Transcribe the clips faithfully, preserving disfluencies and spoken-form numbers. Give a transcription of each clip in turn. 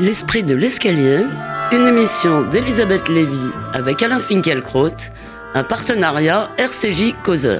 L'esprit de l'escalier, une émission d'Elisabeth Lévy avec Alain Finkielkraut, un partenariat R C J Causeur.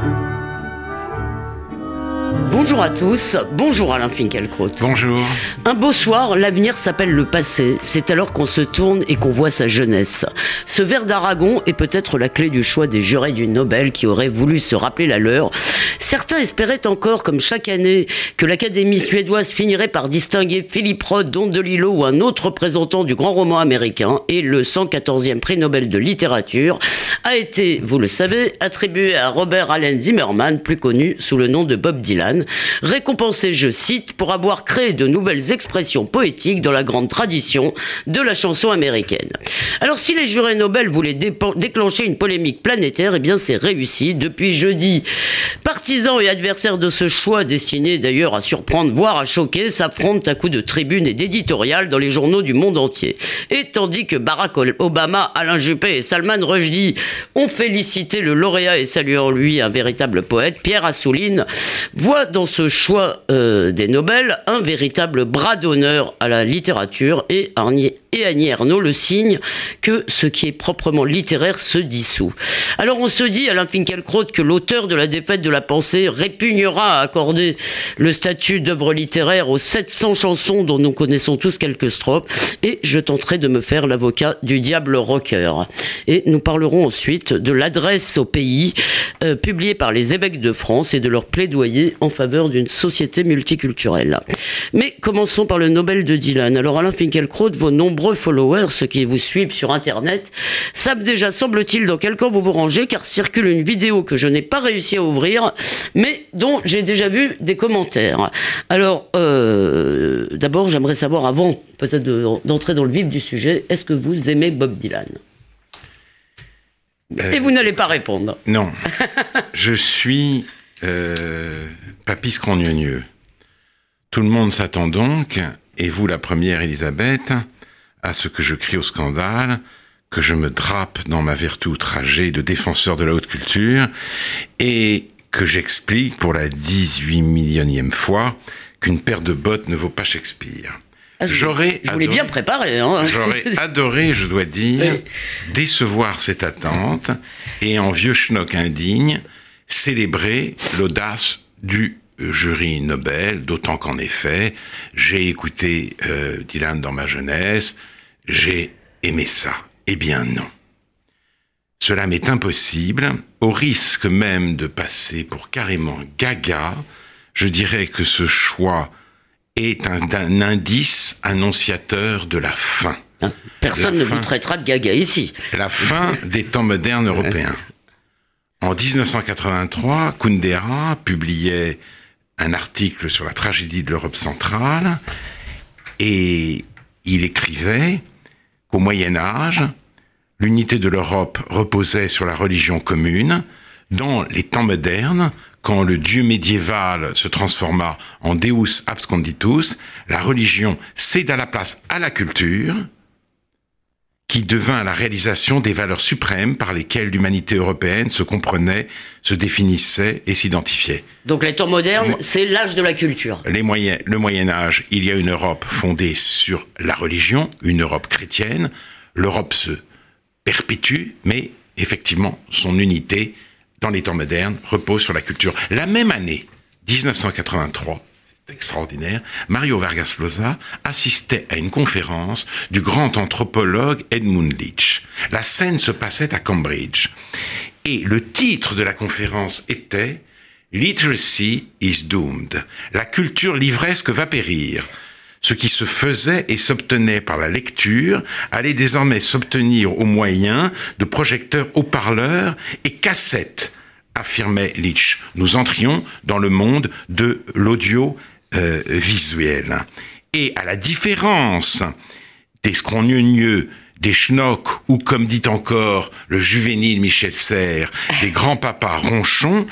Bonjour à tous, bonjour Alain Finkielkraut. Bonjour. Un beau soir, l'avenir s'appelle le passé. C'est alors qu'on se tourne et qu'on voit sa jeunesse. Ce vers d'Aragon est peut-être la clé du choix des jurés du Nobel qui auraient voulu se rappeler la leur. Certains espéraient encore, comme chaque année, que l'Académie suédoise finirait par distinguer Philippe Roth, Don DeLillo ou un autre représentant du grand roman américain. Et le cent quatorzième prix Nobel de littérature a été, vous le savez, attribué à Robert Allen Zimmerman, plus connu sous le nom de Bob Dylan, récompensé, je cite, pour avoir créé de nouvelles expressions poétiques dans la grande tradition de la chanson américaine. Alors si les jurés Nobel voulaient dépo- déclencher une polémique planétaire, eh bien c'est réussi. Depuis jeudi, partisans et adversaires de ce choix, destiné d'ailleurs à surprendre, voire à choquer, s'affrontent à coups de tribunes et d'éditorial dans les journaux du monde entier. Et tandis que Barack Obama, Alain Juppé et Salman Rushdie ont félicité le lauréat et salué en lui un véritable poète, Pierre Assouline voit dans ce choix euh, des Nobel un véritable bras d'honneur à la littérature et Arnier et Annie Ernaux le signe que ce qui est proprement littéraire se dissout. Alors on se dit, Alain Finkielkraut, que l'auteur de La défaite de la pensée répugnera à accorder le statut d'œuvre littéraire aux sept cents chansons dont nous connaissons tous quelques strophes, et je tenterai de me faire l'avocat du diable rocker. Et nous parlerons ensuite de l'adresse au pays euh, publiée par les évêques de France et de leur plaidoyer en faveur d'une société multiculturelle. Mais commençons par le Nobel de Dylan. Alors Alain Finkielkraut, vos nombreux followers, ceux qui vous suivent sur internet, savent déjà, semble-t-il, dans quel camp vous vous rangez, car circule une vidéo que je n'ai pas réussi à ouvrir, mais dont j'ai déjà vu des commentaires. Alors, euh, d'abord, j'aimerais savoir, avant peut-être de, d'entrer dans le vif du sujet, est-ce que vous aimez Bob Dylan ? euh, Et vous n'allez pas répondre. Non. Je suis euh, papy scrognonieux. Tout le monde s'attend donc, et vous la première, Elisabeth, à ce que je crie au scandale, que je me drape dans ma vertu outragée de défenseur de la haute culture, et que j'explique pour la dix-huit millionième fois qu'une paire de bottes ne vaut pas Shakespeare. Ah, je j'aurais je voulais bien préparer. Hein. J'aurais adoré, je dois dire, oui. décevoir cette attente et en vieux schnock indigne, célébrer l'audace du jury Nobel, d'autant qu'en effet, j'ai écouté euh, Dylan dans ma jeunesse, j'ai aimé ça. Eh bien non. Cela m'est impossible, au risque même de passer pour carrément gaga, je dirais que ce choix est un, un indice annonciateur de la fin. Personne la ne fin, vous traitera de gaga ici. La fin des temps modernes européens. En dix-neuf cent quatre-vingt-trois, Kundera publiait un article sur la tragédie de l'Europe centrale et il écrivait qu'au Moyen-Âge, l'unité de l'Europe reposait sur la religion commune. Dans les temps modernes, quand le dieu médiéval se transforma en Deus absconditus, la religion céda la place à la culture, qui devint la réalisation des valeurs suprêmes par lesquelles l'humanité européenne se comprenait, se définissait et s'identifiait. Donc les temps modernes, Mo- c'est l'âge de la culture. Les moyens, le Moyen-Âge, il y a une Europe fondée sur la religion, une Europe chrétienne. L'Europe se perpétue, mais effectivement, son unité, dans les temps modernes, repose sur la culture. La même année, dix-neuf cent quatre-vingt-trois, extraordinaire, Mario Vargas Llosa assistait à une conférence du grand anthropologue Edmund Leach. La scène se passait à Cambridge. Et le titre de la conférence était « Literacy is doomed ». La culture livresque va périr. Ce qui se faisait et s'obtenait par la lecture allait désormais s'obtenir au moyen de projecteurs haut-parleurs et cassettes, affirmait Leach. Nous entrions dans le monde de l'audio Euh, visuel. Et à la différence des scrognonieux, des schnocks, ou comme dit encore le juvénile Michel Serres, des grands-papas ronchons,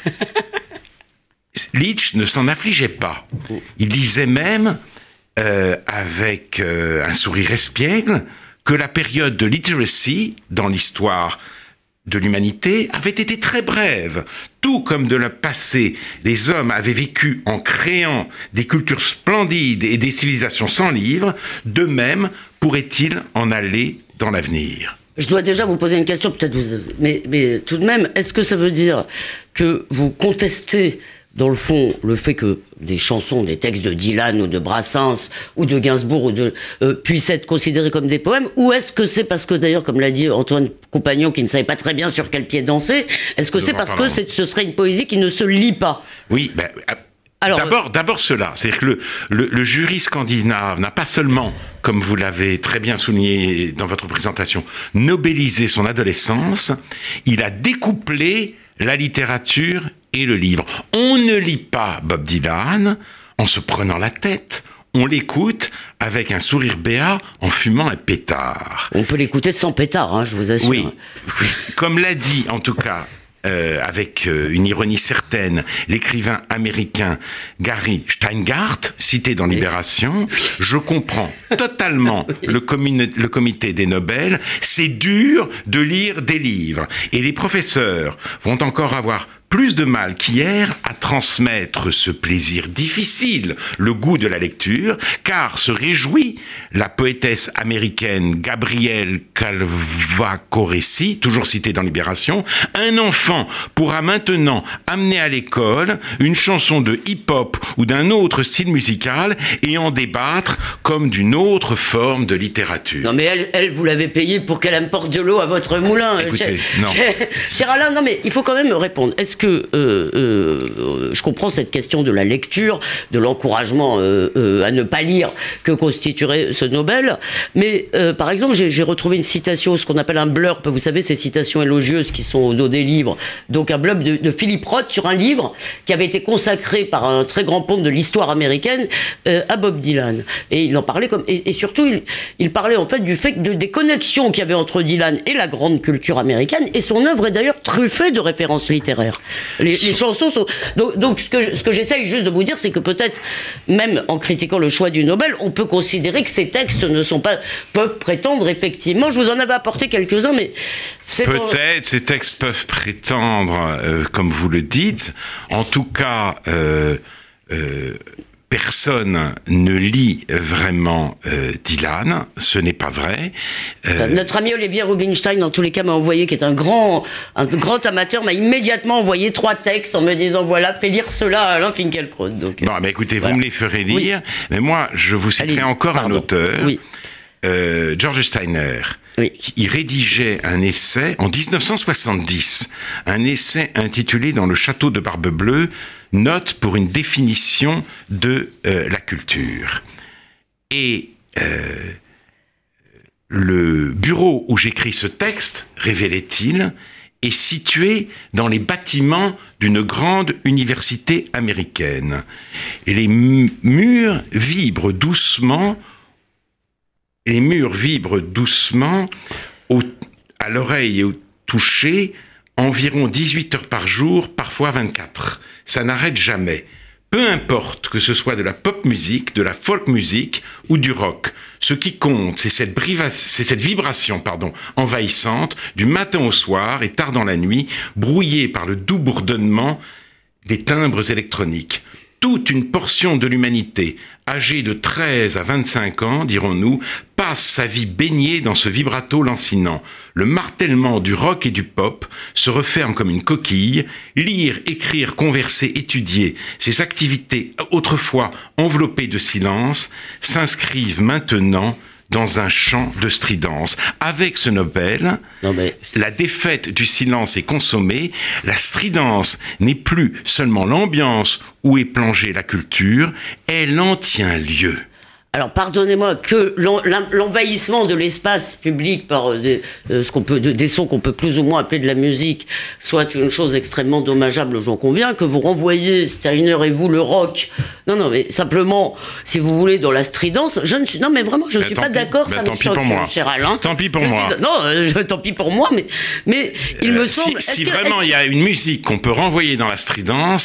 Leach ne s'en affligeait pas. Il disait même, euh, avec euh, un sourire espiègle, que la période de literacy, dans l'histoire de l'humanité avait été très brève. Tout comme de le passé, les hommes avaient vécu en créant des cultures splendides et des civilisations sans livres, de même pourrait-il en aller dans l'avenir. Je dois déjà vous poser une question, peut-être vous, mais, mais tout de même, est-ce que ça veut dire que vous contestez dans le fond, le fait que des chansons, des textes de Dylan ou de Brassens ou de Gainsbourg ou de, euh, puissent être considérés comme des poèmes, ou est-ce que c'est parce que, d'ailleurs, comme l'a dit Antoine Compagnon, qui ne savait pas très bien sur quel pied danser, est-ce que c'est parce que c'est, ce serait une poésie qui ne se lit pas ? Oui, ben... Alors, d'abord, d'abord cela, c'est-à-dire que le, le, le jury scandinave n'a pas seulement, comme vous l'avez très bien souligné dans votre présentation, nobélisé son adolescence, il a découplé la littérature et le livre. On ne lit pas Bob Dylan en se prenant la tête. On l'écoute avec un sourire béat en fumant un pétard. On peut l'écouter sans pétard, hein, je vous assure. Oui, comme l'a dit en tout cas, euh, avec euh, une ironie certaine, l'écrivain américain Gary Steingart, cité dans Libération, oui. Je comprends totalement oui. le, commune, le comité des Nobel. C'est dur de lire des livres. Et les professeurs vont encore avoir plus de mal qu'hier à transmettre ce plaisir difficile, le goût de la lecture, car se réjouit la poétesse américaine Gabrielle Calvacoressi, toujours citée dans Libération. Un enfant pourra maintenant amener à l'école une chanson de hip-hop ou d'un autre style musical et en débattre comme d'une autre forme de littérature. Non mais elle, elle vous l'avez payée pour qu'elle apporte de l'eau à votre moulin. Écoutez, Ch- non. Cher Alain, non mais il faut quand même me répondre. Est-ce que que euh, euh, je comprends cette question de la lecture, de l'encouragement euh, euh, à ne pas lire que constituerait ce Nobel, mais euh, par exemple j'ai, j'ai retrouvé une citation, ce qu'on appelle un blurb, vous savez ces citations élogieuses qui sont au dos des livres, donc un blurb de, de Philip Roth sur un livre qui avait été consacré par un très grand ponte de l'histoire américaine euh, à Bob Dylan, et il en parlait comme, et, et surtout il, il parlait en fait du fait de, des connexions qu'il y avait entre Dylan et la grande culture américaine, et son œuvre est d'ailleurs truffée de références littéraires. Les, les chansons sont... Donc, donc ce que, ce que j'essaye juste de vous dire, c'est que peut-être, même en critiquant le choix du Nobel, on peut considérer que ces textes ne sont pas... peuvent prétendre, effectivement... Je vous en avais apporté quelques-uns, mais... C'est peut-être, en... ces textes peuvent prétendre, euh, comme vous le dites. En tout cas... Euh, euh, Personne ne lit vraiment euh, Dylan, ce n'est pas vrai. Euh... Notre ami Olivier Rubinstein, dans tous les cas, m'a envoyé, qui est un grand, un grand amateur, m'a immédiatement envoyé trois textes en me disant voilà, fais lire cela à Alain Finkielkraut. Donc, bon, mais écoutez, voilà. Vous me les ferez lire, oui. Mais moi, je vous citerai Allez, encore pardon. un auteur, oui. euh, George Steiner. Oui. Il rédigeait un essai en dix-neuf cent soixante-dix, un essai intitulé Dans le château de Barbe-Bleue, note pour une définition de euh, la culture. Et euh, le bureau où j'écris ce texte, révélait-il, est situé dans les bâtiments d'une grande université américaine. Et les m- murs vibrent doucement Les murs vibrent doucement au, à l'oreille et au toucher, environ dix-huit heures par jour, parfois vingt-quatre. Ça n'arrête jamais. Peu importe que ce soit de la pop musique, de la folk musique ou du rock. Ce qui compte, c'est cette, briva- c'est cette vibration pardon, envahissante du matin au soir et tard dans la nuit, brouillée par le doux bourdonnement des timbres électroniques. Toute une portion de l'humanité, âgée de treize à vingt-cinq ans, dirons-nous, passe sa vie baignée dans ce vibrato lancinant. Le martèlement du rock et du pop se referme comme une coquille. Lire, écrire, converser, étudier, ces activités autrefois enveloppées de silence, s'inscrivent maintenant dans un champ de stridence. Avec ce Nobel, non mais... la défaite du silence est consommée, la stridence n'est plus seulement l'ambiance où est plongée la culture, elle en tient lieu. Alors, pardonnez-moi, que l'envahissement de l'espace public par des, euh, ce qu'on peut, des sons qu'on peut plus ou moins appeler de la musique soit une chose extrêmement dommageable, j'en conviens, que vous renvoyez, Steiner et vous, le rock. Non, non, mais simplement, si vous voulez, dans la stridence, je ne suis, non, mais vraiment, je ne ben, suis pas pis, d'accord, ben, ça tant me pis choque, pour moi. cher Alain. Tant pis pour je moi. Suis, non, euh, tant pis pour moi, mais, mais il euh, me semble... Si, si que, vraiment il y a une musique qu'on peut renvoyer dans la stridence,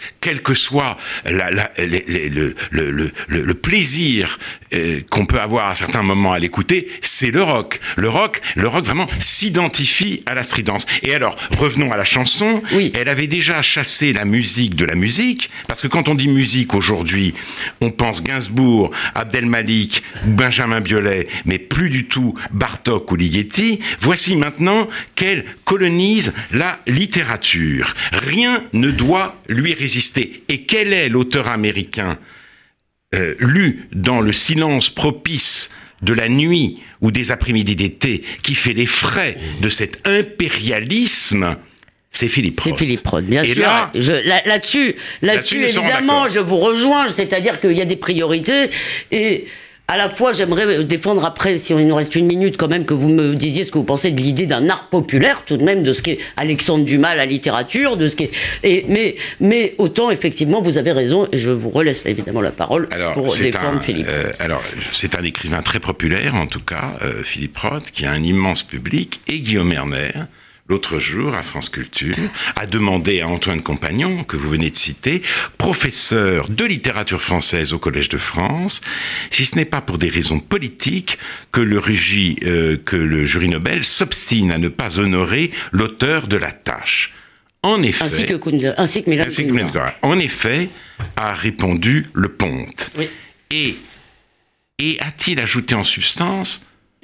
quel que soit la, la, les, les, le, le, le, le plaisir euh, qu'on peut avoir à certains moments à l'écouter, c'est le rock. Le rock, le rock vraiment s'identifie à la stridence. Et alors, revenons à la chanson. Oui. Elle avait déjà chassé la musique de la musique, parce que quand on dit musique aujourd'hui, on pense Gainsbourg, Abdel Malik ou Benjamin Biolay, mais plus du tout Bartók ou Ligeti. Voici maintenant qu'elle colonise la littérature. Rien ne doit lui résister. Et quel est l'auteur américain euh, lu dans le silence propice de la nuit ou des après-midi d'été qui fait les frais de cet impérialisme? C'est Philippe Roth. C'est Philippe Roth, bien et sûr. Là, je, là, là-dessus, là-dessus, là-dessus évidemment, je vous rejoins. C'est-à-dire qu'il y a des priorités et à la fois, j'aimerais défendre après, si il nous reste une minute quand même, que vous me disiez ce que vous pensez de l'idée d'un art populaire, tout de même, de ce qu'est Alexandre Dumas, la littérature, de ce qu'est... Et, mais, mais autant, effectivement, vous avez raison, et je vous relaisse évidemment la parole alors, pour défendre un, Philippe. Euh, alors, c'est un écrivain très populaire, en tout cas, euh, Philippe Roth, qui a un immense public, et Guillaume Erner, l'autre jour, à France Culture, a demandé à Antoine Compagnon, que vous venez de citer, professeur de littérature française au Collège de France, si ce n'est pas pour des raisons politiques que le, régi, euh, que le jury Nobel s'obstine à ne pas honorer l'auteur de la tâche. En effet, ainsi que Kundera, ainsi que Milan Kundera. En effet, a répondu Le Ponte. Oui. Et, et a-t-il ajouté en substance: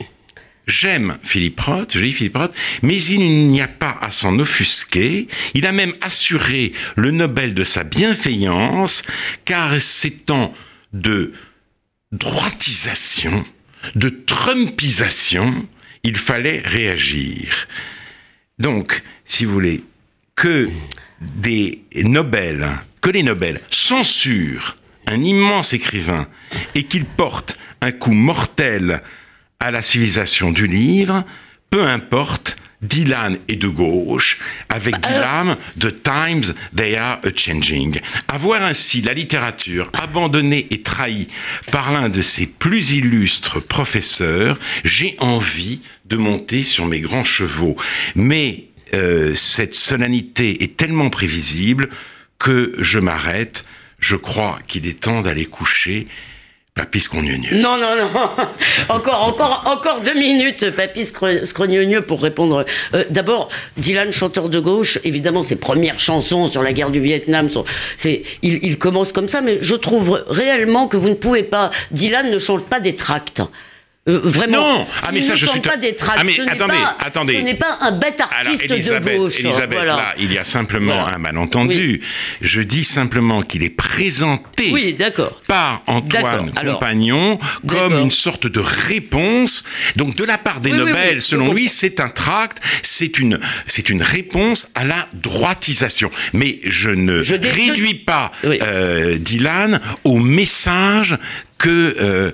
j'aime Philippe Roth, je dis Philippe Roth, mais il n'y a pas à s'en offusquer. Il a même assuré le Nobel de sa bienveillance, car ces temps de droitisation, de trumpisation, il fallait réagir. Donc, si vous voulez, que des Nobel, que les Nobel censurent un immense écrivain et qu'il porte un coup mortel à la civilisation du livre, peu importe, Dylan est de gauche, avec Dylan, The Times They Are A-Changing. Avoir ainsi la littérature abandonnée et trahie par l'un de ses plus illustres professeurs, j'ai envie de monter sur mes grands chevaux. Mais euh, cette solennité est tellement prévisible que je m'arrête. Je crois qu'il est temps d'aller coucher. Papy Scrogneux. Non, non, non. encore, encore, encore deux minutes, Papy Scrogneux, pour répondre. Euh, d'abord, Dylan, chanteur de gauche, évidemment, ses premières chansons sur la guerre du Vietnam, sont, c'est, il, il commence comme ça, mais je trouve réellement que vous ne pouvez pas. Dylan ne chante pas des tracts. Euh, vraiment. Non, ah mais il ça ne je chante suis. pas des tracts. Ah mais ce attendez, n'est pas, attendez. Ce n'est pas un bête artiste Alors, Elisabeth, de gauche. Elisabeth, voilà. là, il y a simplement voilà. un malentendu. Oui. Je dis simplement qu'il est présenté oui, d'accord. par Antoine Alors, Compagnon comme d'accord. une sorte de réponse. Donc de la part des oui, Nobel, oui, oui, selon oui. lui, c'est un tract, c'est une, c'est une réponse à la droitisation. Mais je ne je dé... réduis pas oui. euh, Dylan au message que euh,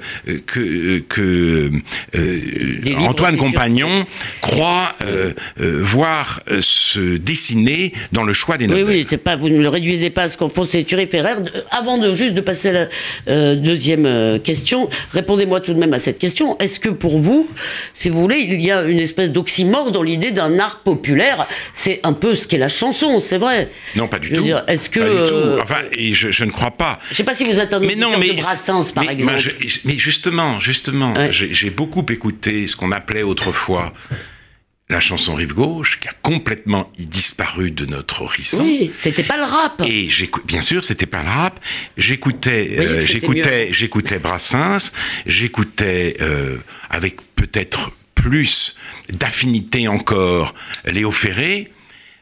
que que euh, Antoine Compagnon croit euh, euh, voir euh, se dessiner dans le choix des Nobel. Oui, oui, c'est pas, vous ne le réduisez pas à ce qu'en font ces turiféraires. Avant de juste de passer à la euh, deuxième euh, question, répondez-moi tout de même à cette question. Est-ce que pour vous, si vous voulez, il y a une espèce d'oxymore dans l'idée d'un art populaire? C'est un peu ce qu'est la chanson, c'est vrai. Non, pas du je tout. Dire, est-ce que pas du tout. euh, Enfin, et je, je ne crois pas. Je ne sais pas si vous êtes un auditeur de Brassens, par mais, exemple. Mais, je, mais justement, justement, ouais. j'ai, j'ai beaucoup écouté ce qu'on appelait autrefois la chanson Rive Gauche, qui a complètement disparu de notre horizon. Oui, c'était pas le rap. Et bien sûr, c'était pas le rap. J'écoutais, oui, euh, j'écoutais, mieux. j'écoutais Brassens, j'écoutais euh, avec peut-être plus d'affinité encore Léo Ferré,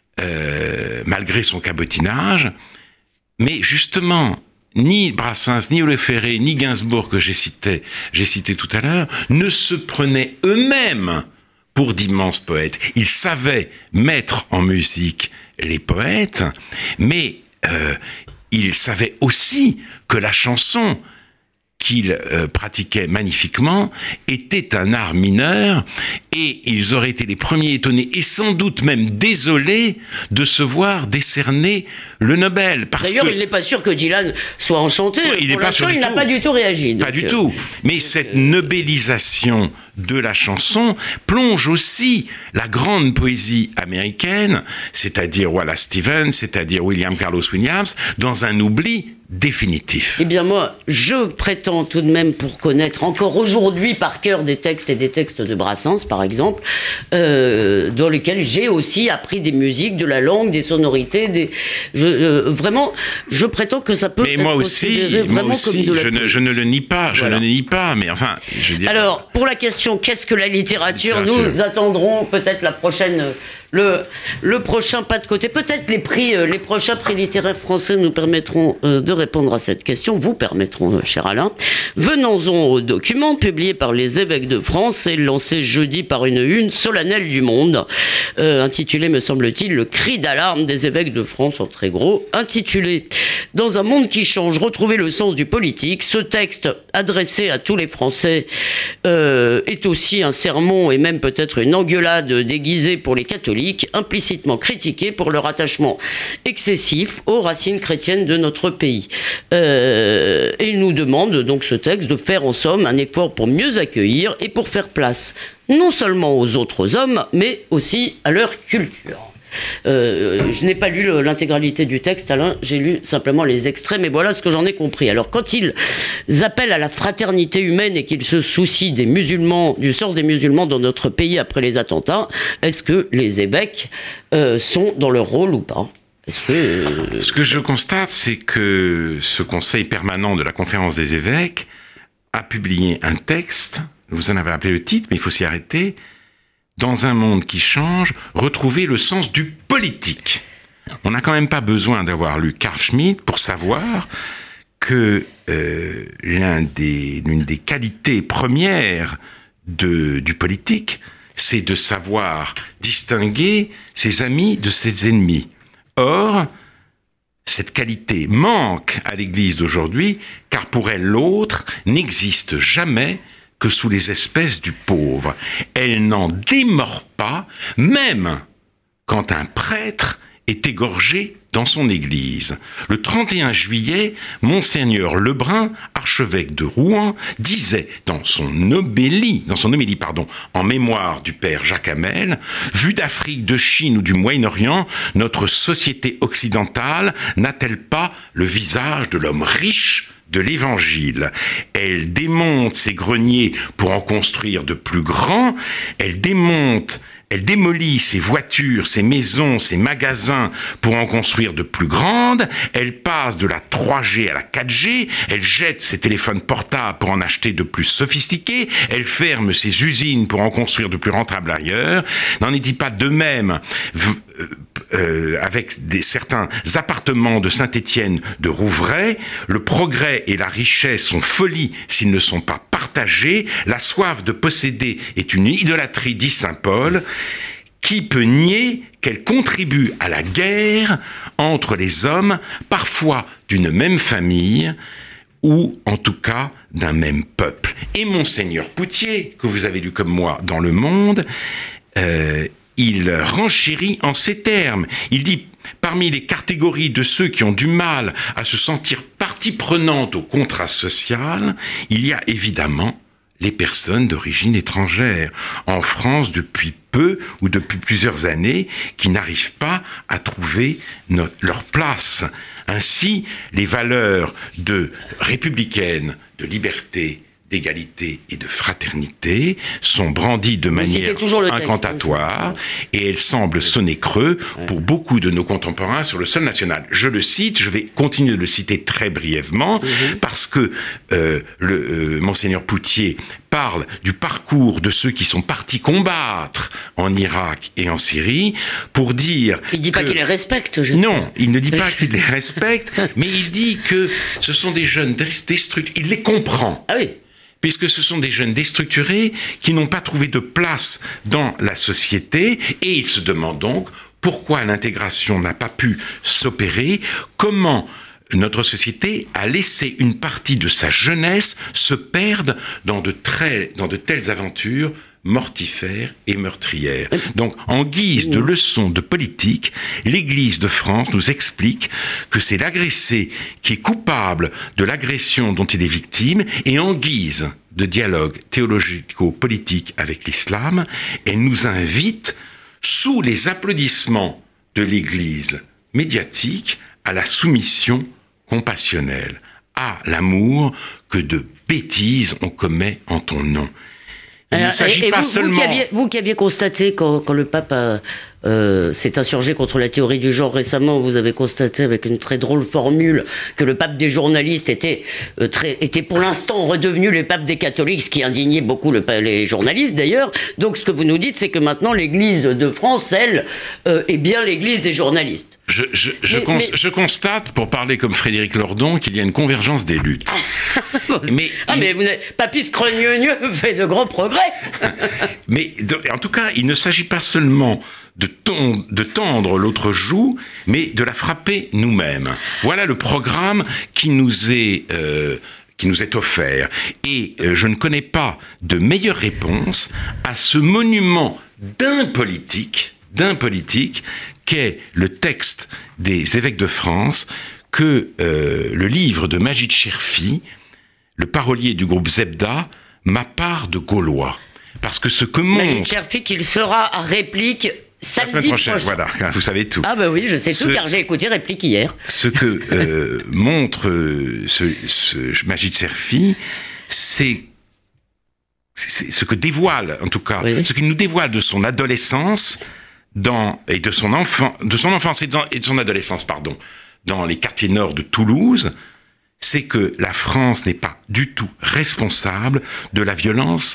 euh, malgré son cabotinage. Mais justement, ni Brassens, ni Léo Ferré, ni Gainsbourg que j'ai cité, j'ai cité tout à l'heure, ne se prenaient eux-mêmes pour d'immenses poètes. Ils savaient mettre en musique les poètes, mais euh, ils savaient aussi que la chanson qu'ils euh, pratiquaient magnifiquement était un art mineur et ils auraient été les premiers étonnés et sans doute même désolés de se voir décerner le Nobel. D'ailleurs, que... il n'est pas sûr que Dylan soit enchanté. Oui, il Pour l'instant, il n'a pas du tout réagi. Pas du tout. Mais cette nobélisation de la chanson plonge aussi la grande poésie américaine, c'est-à-dire Wallace Stevens, c'est-à-dire William Carlos Williams, dans un oubli définitif. Eh bien moi, je prétends tout de même pour connaître encore aujourd'hui par cœur des textes et des textes de Brassens, par exemple, euh, dans lesquels j'ai aussi appris des musiques, de la langue, des sonorités, des... Je, euh, vraiment, je prétends que ça peut mais être moi aussi, considéré vraiment moi aussi, comme de la je ne, je ne le nie pas, je voilà. ne le nie pas, mais enfin, je veux dire... Alors, pour la question, qu'est-ce que la littérature, littérature. Nous attendrons peut-être la prochaine... Le, le prochain pas de côté, peut-être les prix, euh, les prochains prix littéraires français nous permettront euh, de répondre à cette question, vous permettront, euh, cher Alain. Venons-en au document publié par les évêques de France et lancé jeudi par une une solennelle du Monde, euh, intitulé, me semble-t-il, le cri d'alarme des évêques de France, en très gros, intitulé « Dans un monde qui change, retrouver le sens du politique ». Ce texte, adressé à tous les Français, euh, est aussi un sermon et même peut-être une engueulade déguisée pour les catholiques, implicitement critiqués pour leur attachement excessif aux racines chrétiennes de notre pays. Euh, et il nous demande donc ce texte de faire en somme un effort pour mieux accueillir et pour faire place non seulement aux autres hommes, mais aussi à leur culture. Euh, je n'ai pas lu l'intégralité du texte, Alain, j'ai lu simplement les extraits, mais voilà ce que j'en ai compris. Alors, quand ils appellent à la fraternité humaine et qu'ils se soucient des musulmans, du sort des musulmans dans notre pays après les attentats, est-ce que les évêques euh, sont dans leur rôle ou pas ? Est-ce que, euh... Ce que je constate, c'est que ce conseil permanent de la conférence des évêques a publié un texte, vous en avez appelé le titre, mais il faut s'y arrêter. Dans un monde qui change, retrouver le sens du politique. On n'a quand même pas besoin d'avoir lu Carl Schmitt pour savoir que euh, l'un des, l'une des qualités premières de, du politique, c'est de savoir distinguer ses amis de ses ennemis. Or, cette qualité manque à l'Église d'aujourd'hui, car pour elle, l'autre n'existe jamais que sous les espèces du pauvre. Elle n'en démord pas, même quand un prêtre est égorgé dans son église. Le trente et un juillet, Monseigneur Lebrun, archevêque de Rouen, disait dans son homélie, dans son homélie, pardon, en mémoire du père Jacques Hamel, « Vu d'Afrique, de Chine ou du Moyen-Orient, notre société occidentale n'a-t-elle pas le visage de l'homme riche de l'Évangile. Elle démonte ses greniers pour en construire de plus grands, elle démonte, elle démolit ses voitures, ses maisons, ses magasins pour en construire de plus grandes, elle passe de la trois G à la quatre G, elle jette ses téléphones portables pour en acheter de plus sophistiqués, elle ferme ses usines pour en construire de plus rentables ailleurs. N'en est-il pas de même Euh, avec des, certains appartements de Saint-Étienne de Rouvray, le progrès et la richesse sont folies s'ils ne sont pas partagés, la soif de posséder est une idolâtrie, dit saint Paul. Qui peut nier qu'elle contribue à la guerre entre les hommes, parfois d'une même famille, ou en tout cas d'un même peuple. Et Monseigneur Poutier, que vous avez lu comme moi dans Le Monde, euh, il renchérit en ces termes. Il dit, parmi les catégories de ceux qui ont du mal à se sentir partie prenante au contrat social, il y a évidemment les personnes d'origine étrangère, en France depuis peu ou depuis plusieurs années, qui n'arrivent pas à trouver no- leur place. Ainsi, les valeurs de républicaines, de liberté, d'égalité et de fraternité sont brandies de manière incantatoire et elles semblent sonner creux pour beaucoup de nos contemporains sur le sol national. Je le cite, je vais continuer de le citer très brièvement mm-hmm. parce que euh, le euh, Monseigneur Poutier parle du parcours de ceux qui sont partis combattre en Irak et en Syrie pour dire... Il ne dit que... pas qu'il les respecte, j'espère. Non, il ne dit pas qu'il les respecte, mais il dit que ce sont des jeunes déstructurés. Il les comprend. Ah oui. Puisque ce sont des jeunes déstructurés qui n'ont pas trouvé de place dans la société et il se demande donc pourquoi l'intégration n'a pas pu s'opérer, comment notre société a laissé une partie de sa jeunesse se perdre dans de, très, dans de telles aventures mortifère et meurtrière. Donc, en guise de leçon de politique, l'Église de France nous explique que c'est l'agressé qui est coupable de l'agression dont il est victime, et en guise de dialogue théologico-politique avec l'islam, elle nous invite, sous les applaudissements de l'Église médiatique, à la soumission compassionnelle, à l'amour que de bêtises on commet en ton nom. Il Alors, ne s'agit et, et pas vous, seulement... Vous qui aviez, vous qui aviez constaté, quand, quand le pape a, euh, s'est insurgé contre la théorie du genre récemment, vous avez constaté avec une très drôle formule que le pape des journalistes était, euh, très, était pour l'instant redevenu le pape des catholiques, ce qui indignait beaucoup le, les journalistes d'ailleurs. Donc ce que vous nous dites, c'est que maintenant l'Église de France, elle, euh, est bien l'Église des journalistes. Je, je, je, mais, cons- mais... je constate, pour parler comme Frédéric Lordon, qu'il y a une convergence des luttes. mais ah, il... mais vous n'avez... Papis Crogneux fait de grands progrès. Mais de, en tout cas, il ne s'agit pas seulement de, ton, de tendre l'autre joue, mais de la frapper nous-mêmes. Voilà le programme qui nous est... Euh, qui nous est offert. Et euh, je ne connais pas de meilleure réponse à ce monument d'un politique, d'un politique, qu'est le texte des évêques de France, que euh, le livre de Majid Cherfi, le parolier du groupe Zebda, Ma part de Gaulois. Parce que ce que montre... Majid Cherfi qu'il fera à réplique samedi la semaine prochaine, prochain. Voilà, vous savez tout. Ah ben oui, je sais ce, tout, car j'ai écouté réplique hier. Ce que euh, montre euh, ce, ce Majid Cherfi, c'est, c'est ce que dévoile, en tout cas, oui. ce qu'il nous dévoile de son adolescence dans, et de son, enfant, de son enfance et, dans, et de son adolescence, pardon, dans les quartiers nord de Toulouse, c'est que la France n'est pas du tout responsable de la violence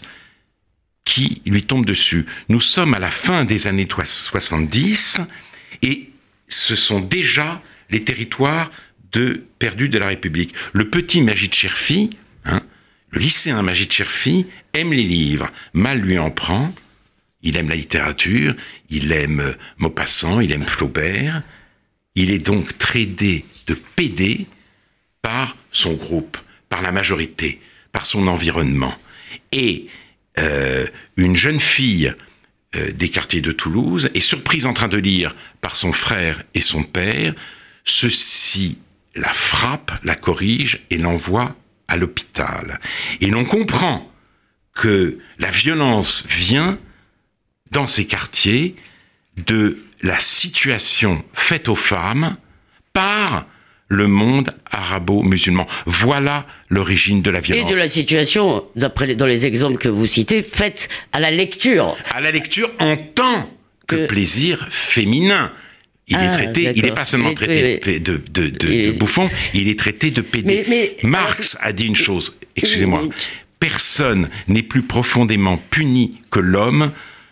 qui lui tombe dessus. Nous sommes à la fin des années soixante-dix et ce sont déjà les territoires de, perdus de la République. Le petit Majid Cherfi, hein, le lycéen Majid Cherfi, aime les livres, mal lui en prend, il aime la littérature, il aime Maupassant, il aime Flaubert, il est donc traité de pédé par son groupe, par la majorité, par son environnement. Et Euh, une jeune fille euh, des quartiers de Toulouse est surprise en train de lire par son frère et son père. Ceux-ci la frappe, la corrige et l'envoie à l'hôpital. Et l'on comprend que la violence vient, dans ces quartiers, de la situation faite aux femmes par le monde arabo-musulman. Voilà l'origine de la violence. Et de la situation, d'après les, dans les exemples que vous citez, faite à la lecture. À la lecture en tant que, que... plaisir féminin. Il ah, est traité, il n'est pas seulement est, traité oui, oui. de, de, de, de bouffon, il est traité de pédé. Mais, mais, Marx alors, a dit une chose, excusez-moi, personne n'est plus profondément puni que l'homme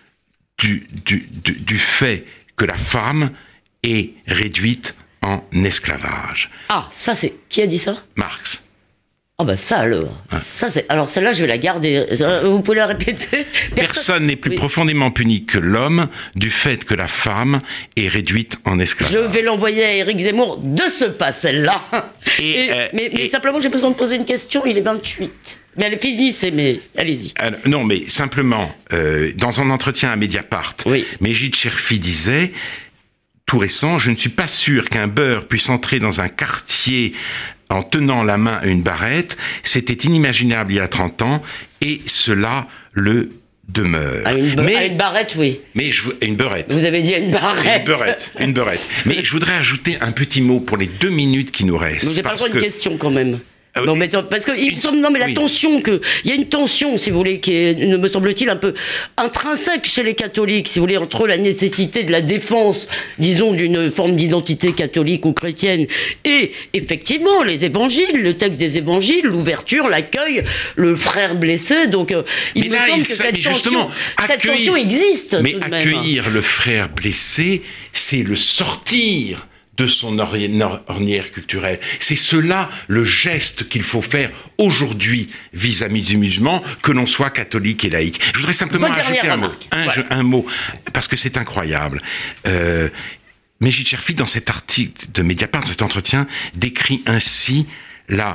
du, du, du, du fait que la femme est réduite en esclavage. Ah, ça c'est... Qui a dit ça ? Marx. Ah oh bah ça alors. Hein. Ça c'est... Alors celle-là je vais la garder. Vous pouvez la répéter ? Personne, Personne n'est plus oui. profondément puni que l'homme du fait que la femme est réduite en esclavage. Je vais l'envoyer à Éric Zemmour de ce pas celle-là. Et, et, euh, mais, et... mais simplement j'ai besoin de poser une question, il est vingt-huit. Mais elle est finie, c'est... Mais allez-y. Alors, non mais simplement, euh, dans un entretien à Mediapart, oui. Majid Cherfi disait... Tout récent, je ne suis pas sûr qu'un beurre puisse entrer dans un quartier en tenant la main à une barrette. C'était inimaginable il y a trente ans et cela le demeure. À une, mais, à une barrette, oui. Mais je, une beurette. Vous avez dit une barrette. Une beurette, une beurette. Mais je voudrais ajouter un petit mot pour les deux minutes qui nous restent. Vous n'avez pas le droit que... une question quand même. Euh, non mais parce que il me semble non mais la oui. tension que il y a une tension si vous voulez qui est me semble-t-il un peu intrinsèque chez les catholiques si vous voulez entre la nécessité de la défense disons d'une forme d'identité catholique ou chrétienne et effectivement les évangiles le texte des évangiles l'ouverture l'accueil le frère blessé donc euh, il mais me là, semble il, que ça, cette, tension, cette tension existe mais tout de accueillir même. Le frère blessé c'est le sortir de son ornière culturelle. C'est cela le geste qu'il faut faire aujourd'hui vis-à-vis des musulmans, que l'on soit catholique et laïque. Je voudrais simplement Bonne ajouter un mot, un, ouais. je, un mot, parce que c'est incroyable. Euh, Majid Cherfi, dans cet article de Mediapart, cet entretien, décrit ainsi la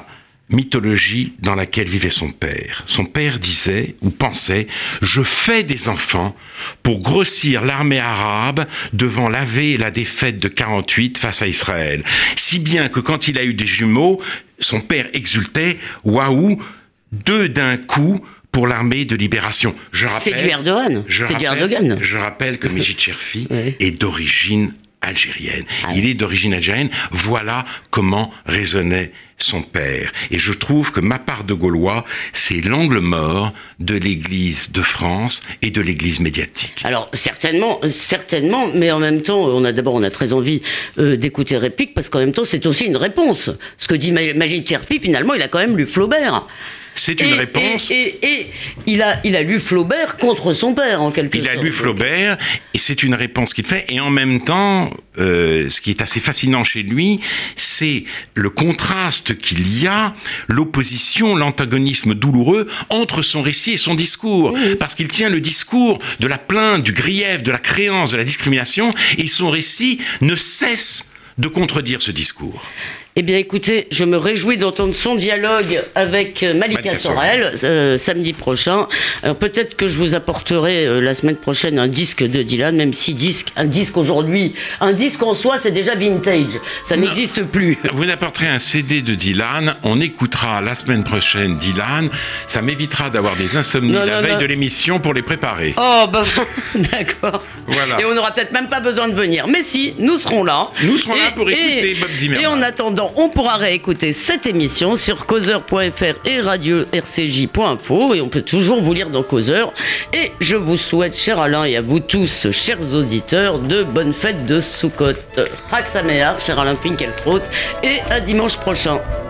mythologie dans laquelle vivait son père. Son père disait ou pensait « Je fais des enfants pour grossir l'armée arabe devant l'avée et la défaite de quarante-huit face à Israël. » Si bien que quand il a eu des jumeaux, son père exultait « Waouh, deux d'un coup !» pour l'armée de libération. Je rappelle, c'est du Erdogan. Je c'est rappelle, du Erdogan. Je rappelle que Mejid Cherfi oui. est d'origine algérienne. Ah, il est d'origine algérienne. Voilà comment raisonnait son père. Et je trouve que ma part de Gaulois, c'est l'angle mort de l'Église de France et de l'Église médiatique. Alors certainement, certainement, mais en même temps, on a d'abord on a très envie euh, d'écouter réplique parce qu'en même temps c'est aussi une réponse. Ce que dit Mejid Cherfi, finalement, il a quand même lu Flaubert. C'est une et, réponse. Et, et, et il, a, il a lu Flaubert contre son père, en quelque il sorte. Il a lu Flaubert, et c'est une réponse qu'il fait. Et en même temps, euh, ce qui est assez fascinant chez lui, c'est le contraste qu'il y a, l'opposition, l'antagonisme douloureux entre son récit et son discours. Oui. Parce qu'il tient le discours de la plainte, du grief, de la créance, de la discrimination, et son récit ne cesse de contredire ce discours. Eh bien, écoutez, je me réjouis d'entendre son dialogue avec Malika, Malika Sorel euh, samedi prochain. Alors peut-être que je vous apporterai euh, la semaine prochaine un disque de Dylan, même si disque, un disque aujourd'hui, un disque en soi, c'est déjà vintage. Ça n'existe plus. Vous n'apporterez un C D de Dylan, on écoutera la semaine prochaine Dylan. Ça m'évitera d'avoir des insomnies non, la non, veille non. de l'émission pour les préparer. Oh, bah, d'accord. Voilà. Et on n'aura peut-être même pas besoin de venir. Mais si, nous serons là. Nous serons et, là pour écouter et, Bob Zimmerman. Et en attendant, on pourra réécouter cette émission sur causeur point f r et radio r c j point info et on peut toujours vous lire dans Causeur. Et je vous souhaite, cher Alain, et à vous tous, chers auditeurs, de bonnes fêtes de Soukhot. Chag Sameach, cher Alain Finkielkraut, et à dimanche prochain.